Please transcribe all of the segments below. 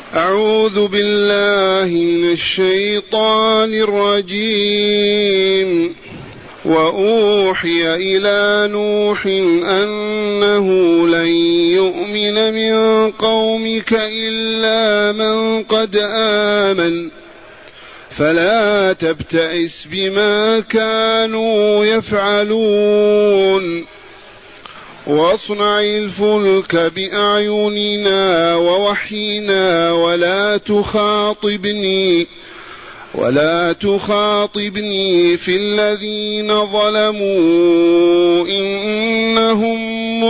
أعوذ بالله من الشيطان الرجيم. وأوحي إلى نوح أنه لن يؤمن من قومك إلا من قد آمن فلا تبتئس بما كانوا يفعلون واصنع الفلك بأعيننا ووحينا ولا تخاطبني في الذين ظلموا إنهم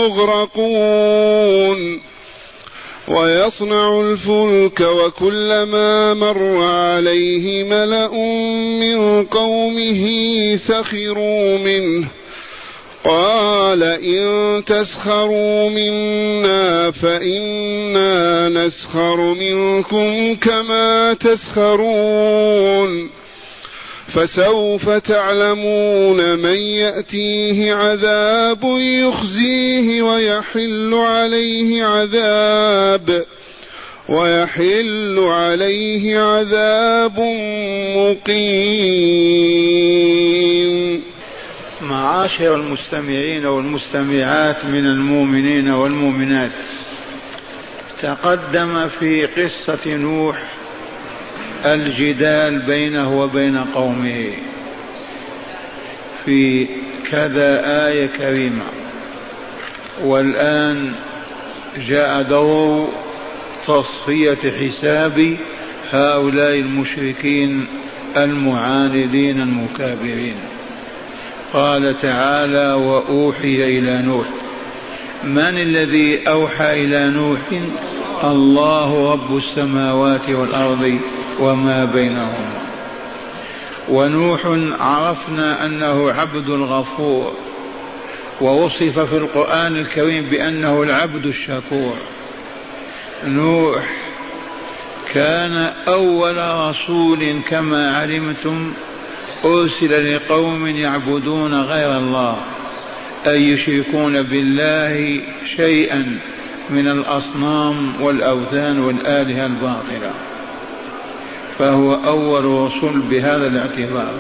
مغرقون. ويصنع الفلك وكلما مر عليه ملأ من قومه سخروا منه قال إن تسخروا منا فإنا نسخر منكم كما تسخرون فسوف تعلمون من يأتيه عذاب يخزيه ويحل عليه عذاب مقيم. معاشر المستمعين والمستمعات من المؤمنين والمؤمنات، تقدم في قصة نوح الجدال بينه وبين قومه في كذا آية كريمة، والآن جاء دور تصفية حساب هؤلاء المشركين المعاندين المكابرين. قال تعالى: وأوحي إلى نوح. من الذي أوحى إلى نوح؟ الله رب السماوات والأرض وما بينهما. ونوح عرفنا أنه عبد الغفور، ووصف في القرآن الكريم بأنه العبد الشكور. نوح كان أول رسول كما علمتم أرسل لقوم يعبدون غير الله، أي يشركون بالله شيئا من الأصنام والأوثان والآلهة الباطلة، فهو أول رسول بهذا الاعتبار.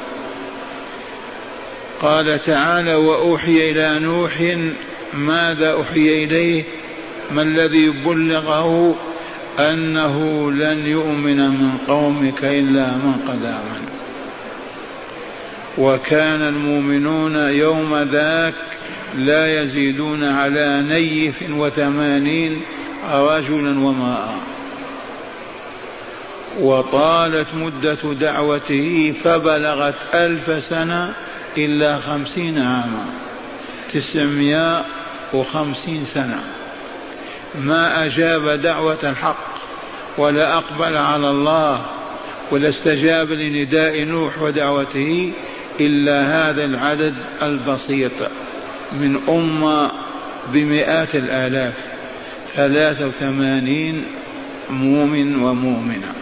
قال تعالى: وأوحي إلى نوح. ماذا أوحي إليه؟ ما الذي بلغه؟ أنه لن يؤمن من قومك إلا من قد آمن. وكان المؤمنون يوم ذاك لا يزيدون على 180 رجلا وامرأة. وطالت مدة دعوته فبلغت 1000 سنة إلا 50 عاما، 950 سنة. ما أجاب دعوة الحق ولا أقبل على الله ولا استجاب لنداء نوح ودعوته إلا هذا العدد البسيط من أمة بمئات الآلاف، 83 مؤمن ومؤمنة.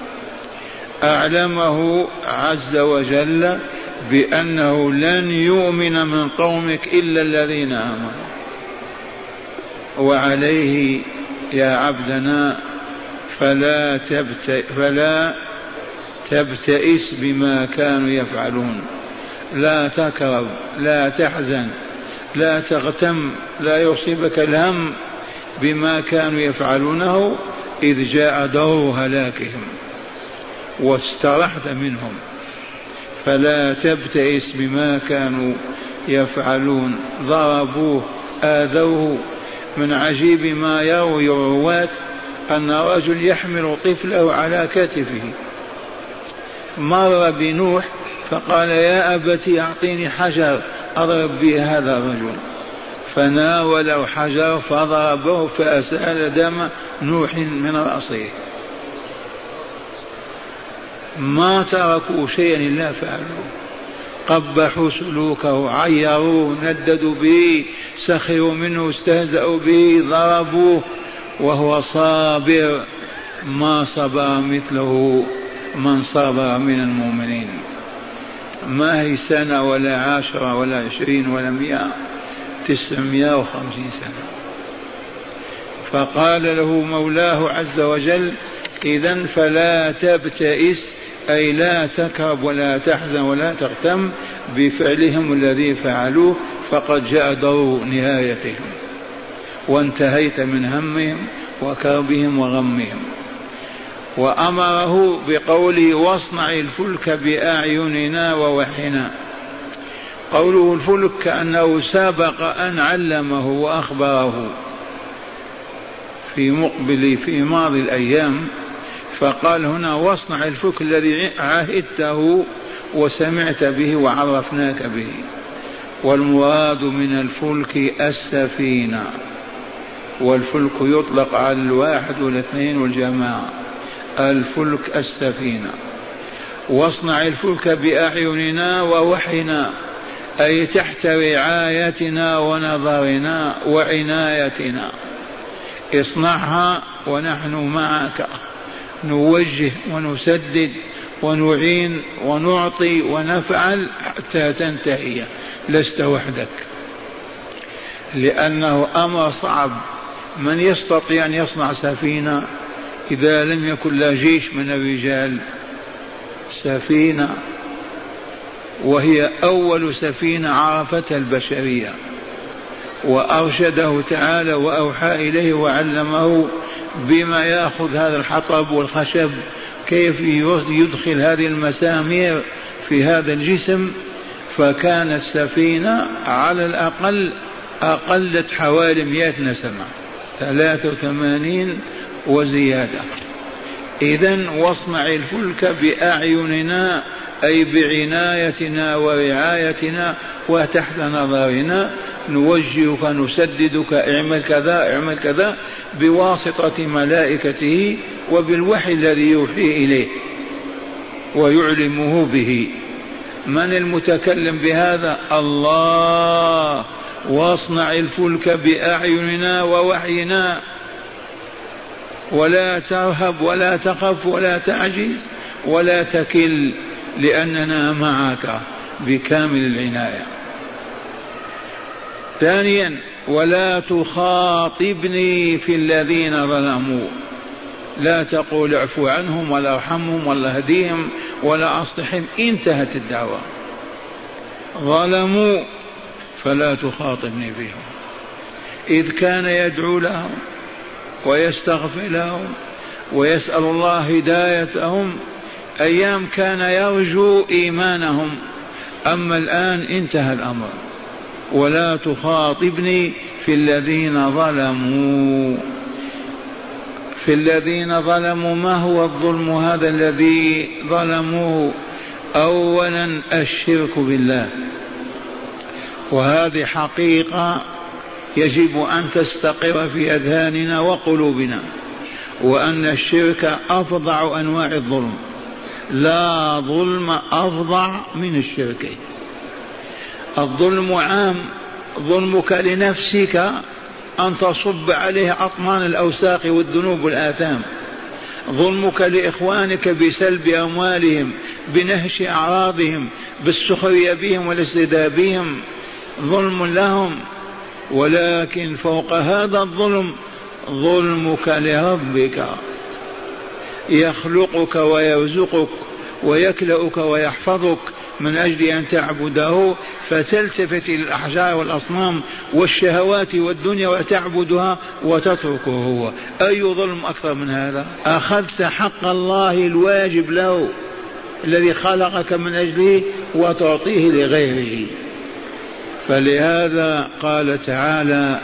أعلمه عز وجل بأنه لن يؤمن من قومك إلا الذين آمنوا. وعليه يا عبدنا فلا تبتئس بما كانوا يفعلون، لا تكرب، لا تحزن، لا تغتم، لا يصيبك الهم بما كانوا يفعلونه إذ جاء دور هلاكهم واسترحت منهم. فلا تبتئس بما كانوا يفعلون. ضربوه، آذوه. من عجيب ما يروي الرواة أن رجل يحمل طفله على كتفه مر بنوح فقال: يا أبتي أعطيني حجر أضرب به هذا الرجل، فناوله حجر فضربه فأسال دم نوح من رأسه. ما تركوا شيئا إلا فعلوا، قبحوا سلوكه، عيروه، نددوا به، سخروا منه، استهزأوا به، ضربوه، وهو صابر. ما صبر مثله من صبر من المؤمنين. ما هي سنة ولا 10 ولا 20 ولا 100، 950 سنة. فقال له مولاه عز وجل: إذن فلا تبتئس، أي لا تكرب ولا تحزن ولا تغتم بفعلهم الذي فعلوه، فقد جاء دور نهايتهم وانتهيت من همهم وكربهم وغمهم. وأمره بقوله: واصنع الفلك بأعيننا ووحينا. قوله الفلك كأنه سبق أن علمه وأخبره في ماضي الأيام، فقال هنا: واصنع الفلك الذي عهدته وسمعت به وعرفناك به. والمراد من الفلك السفينة، والفلك يطلق على الواحد والاثنين والجماعة. الفلك السفينة. واصنع الفلك بأعيننا ووحينا، أي تحت رعايتنا ونظرنا وعنايتنا. اصنعها ونحن معك، نوجه ونسدد ونعين ونعطي ونفعل حتى تنتهي، لست وحدك، لأنه أمر صعب. من يستطيع أن يصنع سفينة إذا لم يكن لا جيش من الرجال؟ سفينة، وهي أول سفينة عرفتها البشرية، وأرشده تعالى وأوحى إليه وعلمه بما يأخذ هذا الحطب والخشب، كيف يدخل هذه المسامير في هذا الجسم. فكانت السفينة على الأقل أقلت حوالي 100 نسمة، 83 وزيادة. إذن واصنع الفلك بأعيننا، أي بعنايتنا ورعايتنا وتحت نظرنا، نوجهك نسددك، اعمل كذا اعمل كذا، بواسطة ملائكته وبالوحي الذي يوحي إليه ويعلمه به. من المتكلم بهذا؟ الله. واصنع الفلك بأعيننا ووحينا، ولا ترهب ولا تخف ولا تعجز ولا تكل، لأننا معك بكامل العناية. ثانيا: ولا تخاطبني في الذين ظلموا، لا تقول اعفو عنهم ولا ارحمهم ولا هديهم ولا أصلحهم، انتهت الدعوة. ظلموا فلا تخاطبني فيهم، إذ كان يدعو لهم ويستغفر لهم ويسأل الله هدايتهم أيام كان يرجو إيمانهم، أما الآن انتهى الأمر. ولا تخاطبني في الذين ظلموا. في الذين ظلموا، ما هو الظلم هذا الذي ظلموه؟ أولا الشرك بالله، وهذه حقيقة يجب أن تستقر في أذهاننا وقلوبنا، وأن الشرك أفظع أنواع الظلم، لا ظلم أفظع من الشرك. الظلم عام، ظلمك لنفسك أن تصب عليها أطمان الأوساق والذنوب والآثام، ظلمك لإخوانك بسلب أموالهم، بنهش أعراضهم، بالسخرية بهم والاستهزاء بهم، ظلم لهم. ولكن فوق هذا الظلم ظلمك لربك، يخلقك ويرزقك ويكلأك ويحفظك من أجل أن تعبده، فتلتفت إلى الأحجار والأصنام والشهوات والدنيا وتعبدها وتتركه هو. أي ظلم أكثر من هذا؟ أخذت حق الله الواجب له الذي خلقك من أجله وتعطيه لغيره. فلهذا قال تعالى: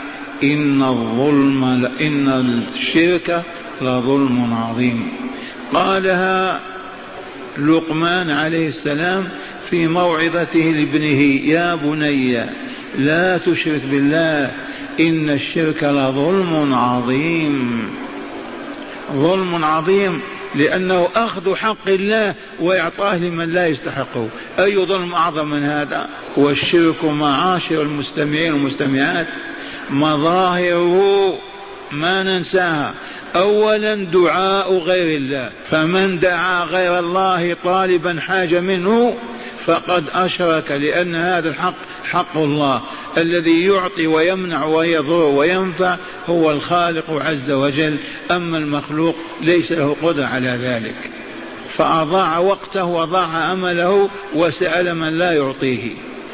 إن الشرك لظلم عظيم. قالها لقمان عليه السلام في موعظته لابنه: يا بني لا تشرك بالله إن الشرك لظلم عظيم. ظلم عظيم لأنه أخذ حق الله وإعطاه لمن لا يستحقه. أي ظلم أعظم من هذا؟ والشرك معاشر المستمعين والمستمعات مظاهره ما ننساها. أولا دعاء غير الله، فمن دعا غير الله طالبا حاجة منه فقد أشرك، لأن هذا الحق حق الله الذي يعطي ويمنع ويضر وينفع، هو الخالق عز وجل، أما المخلوق ليس له قدرة على ذلك. فأضاع وقته وضاع أمله وسأل من لا يعطيه.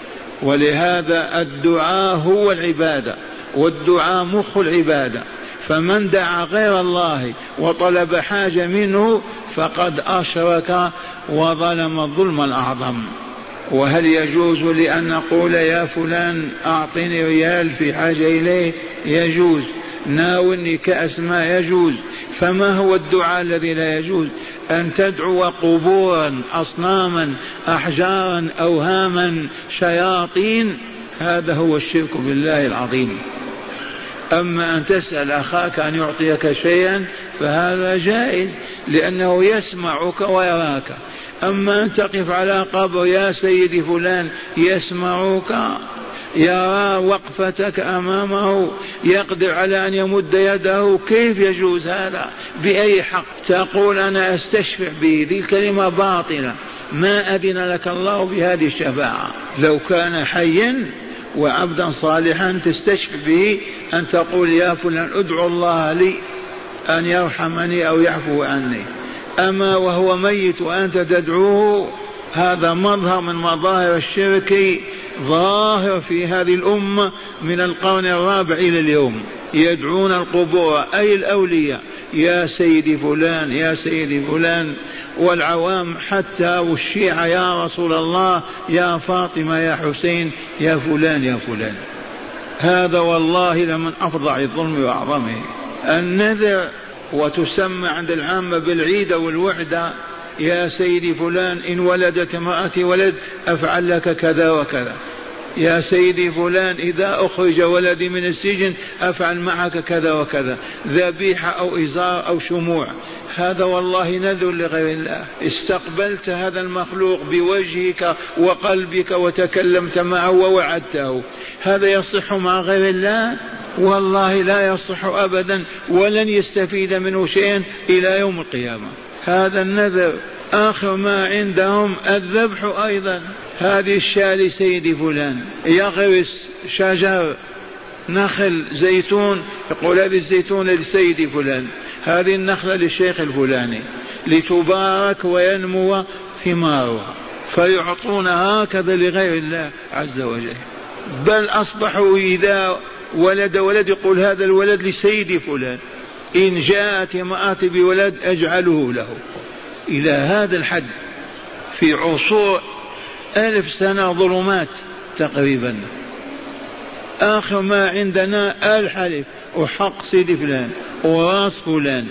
ولهذا الدعاء هو العبادة، والدعاء مخ العبادة، فمن دعا غير الله وطلب حاجة منه فقد أشرك وظلم الظلم الأعظم. وهل يجوز لأن نقول يا فلان أعطني ريال في حاجة إليه؟ يجوز. ناولني كأس ماء؟ يجوز. فما هو الدعاء الذي لا يجوز؟ أن تدعو قبورا، أصناما، أحجارا، أوهاما، شياطين، هذا هو الشرك بالله العظيم. أما أن تسأل أخاك أن يعطيك شيئا فهذا جائز، لأنه يسمعك ويراك. أما أن تقف على قبر يا سيدي فلان، يسمعك، يرى وقفتك أمامه، يقدر على أن يمد يده، كيف يجوز هذا؟ بأي حق تقول أنا أستشفع به؟ ذي الكلمة باطلة، ما أذن لك الله بهذه الشفاعة. لو كان حيا وعبدا صالحا تستشفع به، أن تقول يا فلان ادعو الله لي أن يرحمني أو يعفو عني. أما وهو ميت وأنت تدعوه، هذا مظهر من مظاهر الشرك ظاهر في هذه الأمة من القرن الرابع إلى اليوم. يدعون القبور أي الأولياء، يا سيدي فلان يا سيدي فلان، والعوام حتى والشيعة يا رسول الله، يا فاطمة، يا حسين، يا فلان يا فلان. هذا والله لمن أفظع الظلم وأعظمه. النذر وتسمى عند العامة بالعيد والوعدة، يا سيدي فلان إن ولدت امرأتي ولد أفعل لك كذا وكذا، يا سيدي فلان إذا أخرج ولدي من السجن أفعل معك كذا وكذا، ذبيحة أو إزار أو شموع. هذا والله نذر لغير الله. استقبلت هذا المخلوق بوجهك وقلبك وتكلمت معه ووعدته، هذا يصح مع غير الله؟ والله لا يصح أبدا، ولن يستفيد منه شيئا إلى يوم القيامة. هذا النذر. آخر ما عندهم الذبح أيضا. هذه الشاة لسيدي فلان، يغرس شجر نخل زيتون، يقول هذه الزيتونة لسيدي فلان، هذه النخلة للشيخ الفلاني، لتبارك وينمو ثمارها، فيعطون هكذا لغير الله عز وجل. بل أصبحوا إذا ولد يقول هذا الولد لسيدي فلان، إن جاءت امرأتي بولد أجعله له. إلى هذا الحد في عصور 1000 سنة ظلمات تقريبا. آخر ما عندنا الحلف وحق سيدي فلان وراس فلان.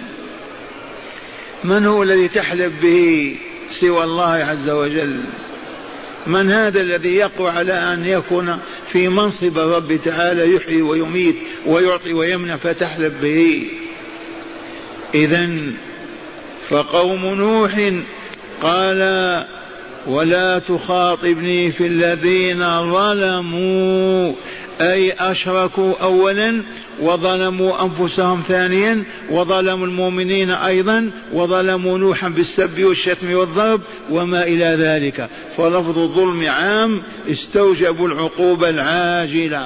من هو الذي تحلف به سوى الله عز وجل؟ من هذا الذي يقوى على أن يكون في منصب الرب تعالى يحيي ويميت ويعطي ويمنع فتحلف به؟ إذن فقوم نوح قال ولا تخاطبني في الذين ظلموا، أي أشركوا أولا وظلموا أنفسهم ثانيا وظلموا المؤمنين أيضا وظلموا نوحا بالسب والشتم والضرب وما إلى ذلك. فلفظ الظلم عام، استوجبوا العقوبة العاجلة.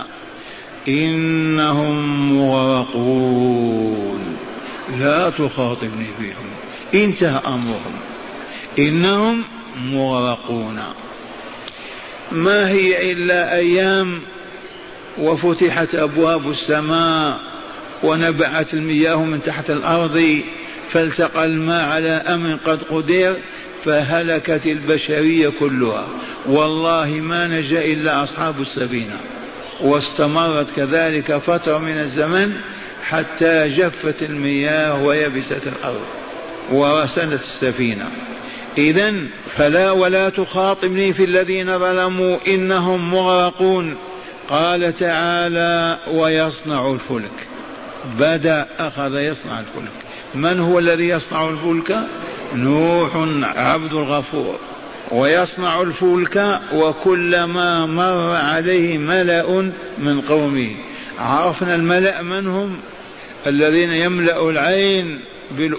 إنهم مغرقون لا تخاطبني فيهم، انتهى أمرهم، إنهم مغرقون. ما هي إلا أيام وفتحت أبواب السماء ونبعت المياه من تحت الأرض، فالتقى الماء على أمر قد قدر، فهلكت البشرية كلها. والله ما نجا إلا أصحاب السفينة، واستمرت كذلك فترة من الزمن حتى جفت المياه ويبست الأرض ورسلت السفينة. إذن فلا ولا تخاطبني في الذين ظلموا إنهم مغرقون. قال تعالى ويصنع الفلك. بدأ أخذ يصنع الفلك. من هو الذي يصنع الفلك؟ نوح عبد الغفور. ويصنع الفلك وكلما مر عليه ملأ من قومه. عرفنا الملأ من هم؟ الذين يملأ العين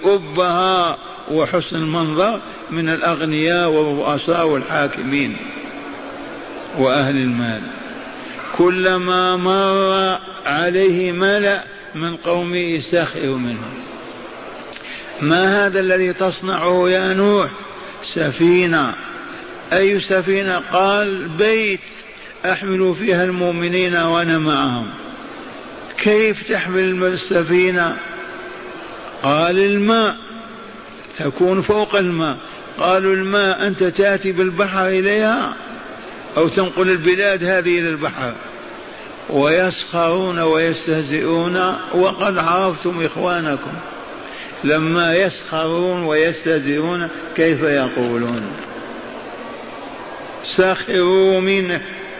بالأبهة وحسن المنظر من الأغنياء والرؤساء والحاكمين. وأهل المال. كلما مر عليه ملأ من قومه سخروا منه. ما هذا الذي تصنعه يا نوح؟ سفينة. أي سفينة؟ قال بيت أحمل فيها المؤمنين وأنا معهم. كيف تحمل السفينة؟ قال الماء، تكون فوق الماء. قالوا الماء أنت تأتي بالبحر إليها أو تنقل البلاد هذه إلى البحر؟ ويسخرون ويستهزئون وقد عرفتم إخوانكم. لما يسخرون ويستهزئون كيف يقولون؟ سخروا منه.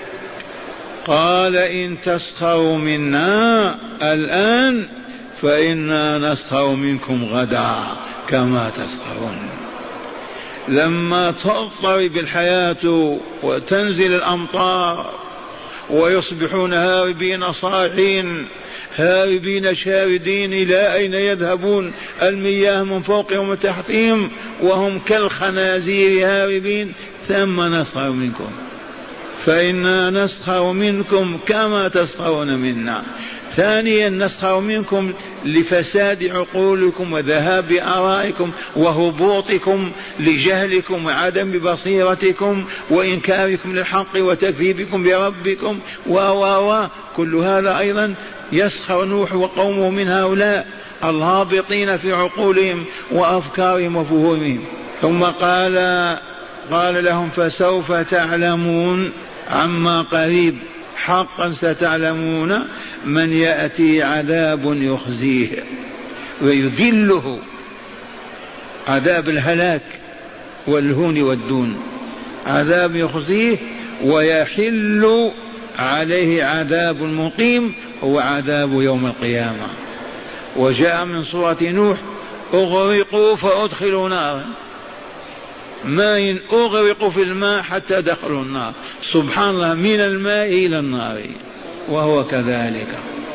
قال إن تسخروا منا الآن فإنا نسخر منكم غدا كما تسخرون. لما تضطرب الحياة وتنزل الأمطار ويصبحون هاربين صاحين هاربين شاردين، إلى أين يذهبون؟ المياه من فوقهم وتحتهم وهم كالخنازير هاربين. ثم نسخر منكم فإنا نسخر منكم كما تسخرون منا. ثانيا نسخر منكم لفساد عقولكم وذهاب آرائكم وهبوطكم لجهلكم وعدم بصيرتكم وإنكاركم للحق وتكذيبكم بربكم كل هذا أيضا يسخر نوح وقومه من هؤلاء الهابطين في عقولهم وأفكارهم وفهومهم. ثم قال لهم فسوف تعلمون عما قريب حقا ستعلمون من يأتي عذاب يخزيه ويذله، عذاب الهلاك والهون والدون، عذاب يخزيه ويحل عليه عذاب مقيم هو عذاب يوم القيامة. وجاء من سورة نوح أغرقوا فأدخلوا نارا، ماء أغرقوا في الماء حتى دخلوا النار. سبحان الله، من الماء إلى النار. وهو كذلك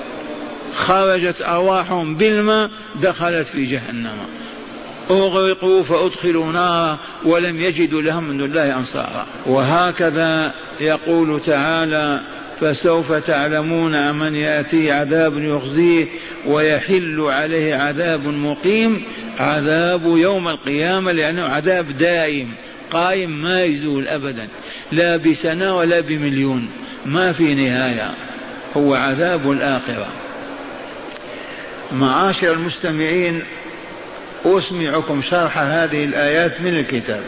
خرجت أرواحهم بالماء دخلت في جهنم. أغرقوا فأدخلوا نارا ولم يجدوا لهم من الله أنصارا. وهكذا يقول تعالى فسوف تعلمون من يأتي عذاب يخزيه ويحل عليه عذاب مقيم، عذاب يوم القيامة، لأنه عذاب دائم قائم ما يزول أبدا، لا بسنة ولا بمليون، ما في نهاية، هو عذاب الآخرة. معاشر المستمعين، أسمعكم شرح هذه الآيات من الكتاب.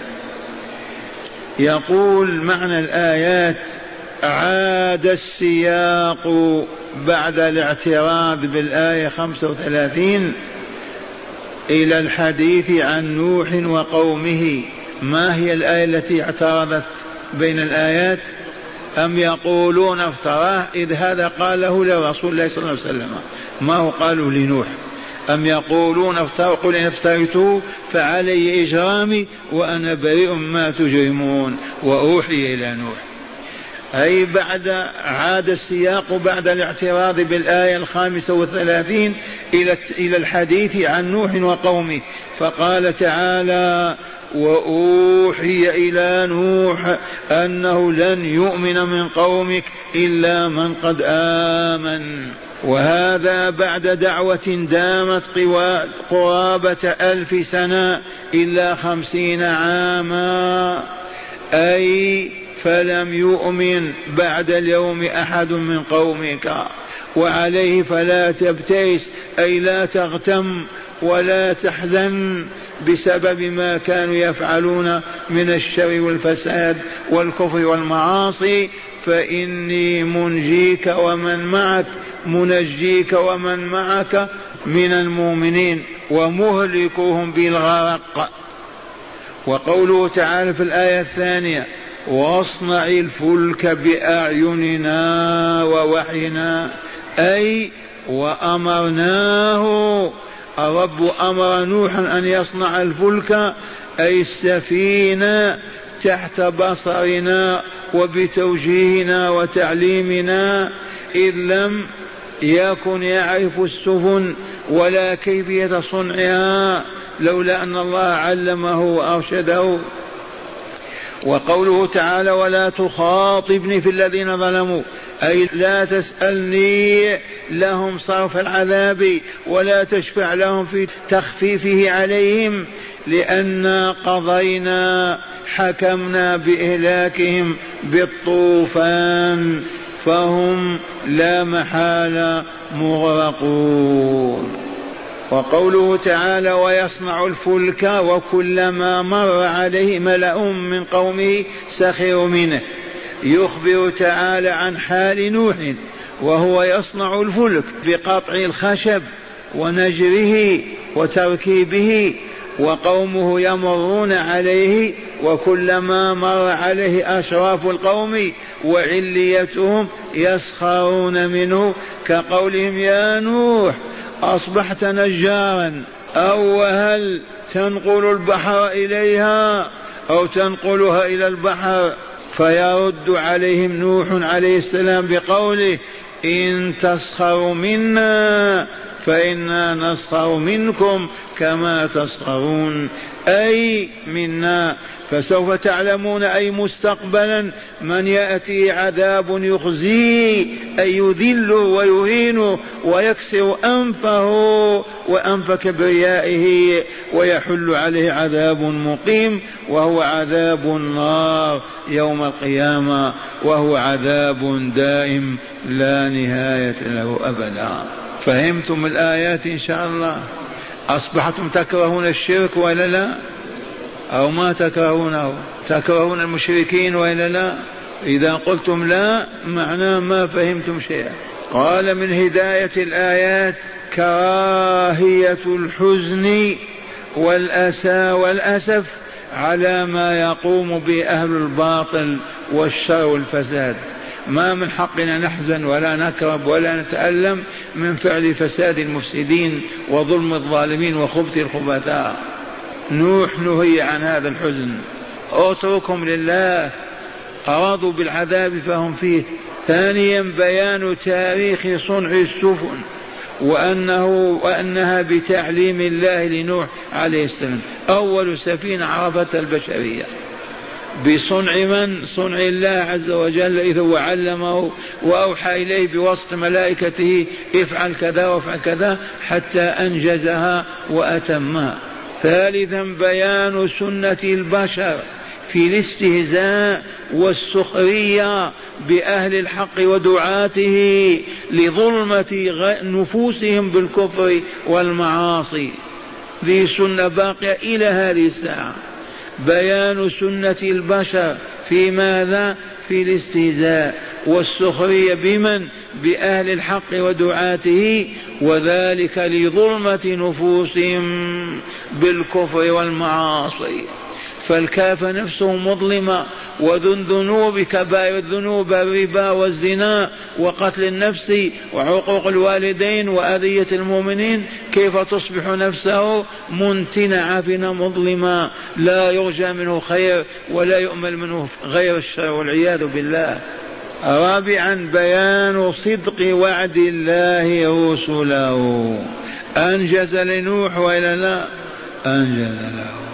يقول معنى الآيات: عاد السياق بعد الاعتراض بالآية 35 إلى الحديث عن نوح وقومه. ما هي الآية التي اعترضت بين الآيات؟ أم يقولون افتراه، إذ هذا قاله لرسول الله صلى الله عليه وسلم، ما هو قالوا لنوح. أم يقولون افتراه، قل إن افتريته فعلي إجرامي وأنا بريء مما تجرمون وأوحي إلى نوح. أي بعد عاد السياق بعد الاعتراض بالآية 35 إلى الحديث عن نوح وقومه. فقال تعالى: وأوحي إلى نوح أنه لن يؤمن من قومك إلا من قد آمن. وهذا بعد دعوة دامت قرابة 1000 سنة إلا 50 عاما، أي فلم يؤمن بعد اليوم أحد من قومك. وعليه فلا تبتئس، أي لا تغتم ولا تحزن بسبب ما كانوا يفعلون من الشر والفساد والكفر والمعاصي، فإني منجيك ومن معك من المؤمنين ومهلكهم بالغرق. وقوله تعالى في الآية الثانية: واصنع الفلك بأعيننا ووحينا، أي وأمرناه. الرب أمر نوحا أن يصنع الفلك، أي السفينة، تحت بصرنا وبتوجيهنا وتعليمنا، إذ لم يكن يعرف السفن ولا كيفية صنعها لولا أن الله علمه وأرشده. وقوله تعالى ولا تخاطبني في الذين ظلموا، أي لا تسألني لهم صرف العذاب ولا تشفع لهم في تخفيفه عليهم، لأن قضينا حكمنا بإهلاكهم بالطوفان فهم لا محالة مغرقون. وقوله تعالى ويصنع الفلك وكلما مر عليه ملأ من قومه سخروا منه، يخبر تعالى عن حال نوح وهو يصنع الفلك بقطع الخشب ونجره وتركيبه، وقومه يمرون عليه وكلما مر عليه أشراف القوم وعليتهم يسخرون منه، كقولهم يا نوح أصبحت نجارا، أو هل تنقل البحر إليها أو تنقلها إلى البحر؟ فيرد عليهم نوح عليه السلام بقوله إن تسخروا منا فإنا نسخر منكم كما تسخرون، أي منا. فسوف تعلمون أي مستقبلا من يأتي عذاب يخزيه، أي يذل ويهين ويكسر أنفه وأنف كبريائه ويحل عليه عذاب مقيم، وهو عذاب النار يوم القيامة، وهو عذاب دائم لا نهاية له أبدا. فهمتم الآيات إن شاء الله؟ أصبحتم تكرهون الشرك ولا لا؟ أو ما تكرهونه؟ تكرهون المشركين ولا لا؟ إذا قلتم لا معناه ما فهمتم شيئا. قال من هداية الآيات كراهية الحزن والأسى والأسف على ما يقوم به أهل الباطل والشر والفساد. ما من حقنا نحزن ولا نكرب ولا نتألم من فعل فساد المفسدين وظلم الظالمين وخبث الخبثاء. نوح نهي عن هذا الحزن، اتركهم لله، أرادوا بالعذاب فهم فيه. ثانيا بيان تاريخ صنع السفن وأنها بتعليم الله لنوح عليه السلام، أول سفينة عرفتها البشرية بصنع من؟ صنع الله عز وجل، إذ هو علمه وأوحى إليه بواسطة ملائكته افعل كذا وافعل كذا حتى أنجزها وأتمها. ثالثا بيان سنة البشر في الاستهزاء والسخرية بأهل الحق ودعاته لظلمة نفوسهم بالكفر والمعاصي، ذي سنة باقية إلى هذه الساعة. بيان سنة البشر في ماذا؟ في الاستهزاء والسخرية بمن؟ بأهل الحق ودعاته، وذلك لظلمة نفوسهم بالكفر والمعاصي. فالكافر نفسه مظلمة وذو الذنوب كبائر الذنوب الربا والزنا وقتل النفس وعقوق الوالدين وأذية المؤمنين، كيف تصبح نفسه منتنة عافنة مظلمة لا يرجى منه خير ولا يؤمل منه غير الشر والعياذ بالله. رابعا بيان صدق وعد الله رسله. أنجز لنوح وإلا لا؟ أنجز له.